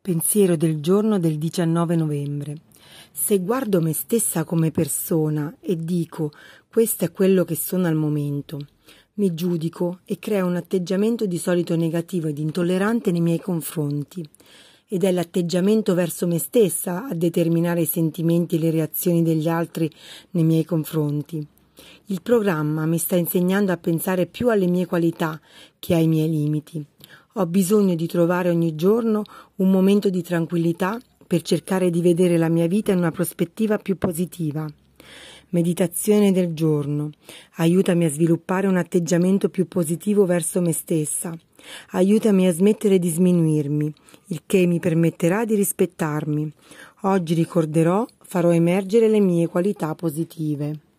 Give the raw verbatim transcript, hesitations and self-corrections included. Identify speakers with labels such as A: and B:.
A: Pensiero del giorno del diciannove novembre. Se guardo me stessa come persona e dico questo è quello che sono al momento, mi giudico e creo un atteggiamento di solito negativo ed intollerante nei miei confronti. Ed è l'atteggiamento verso me stessa a determinare i sentimenti e le reazioni degli altri nei miei confronti. Il programma mi sta insegnando a pensare più alle mie qualità che ai miei limiti. Ho bisogno di trovare ogni giorno un momento di tranquillità per cercare di vedere la mia vita in una prospettiva più positiva. Meditazione del giorno. Aiutami a sviluppare un atteggiamento più positivo verso me stessa. Aiutami a smettere di sminuirmi, il che mi permetterà di rispettarmi. Oggi ricorderò, farò emergere le mie qualità positive.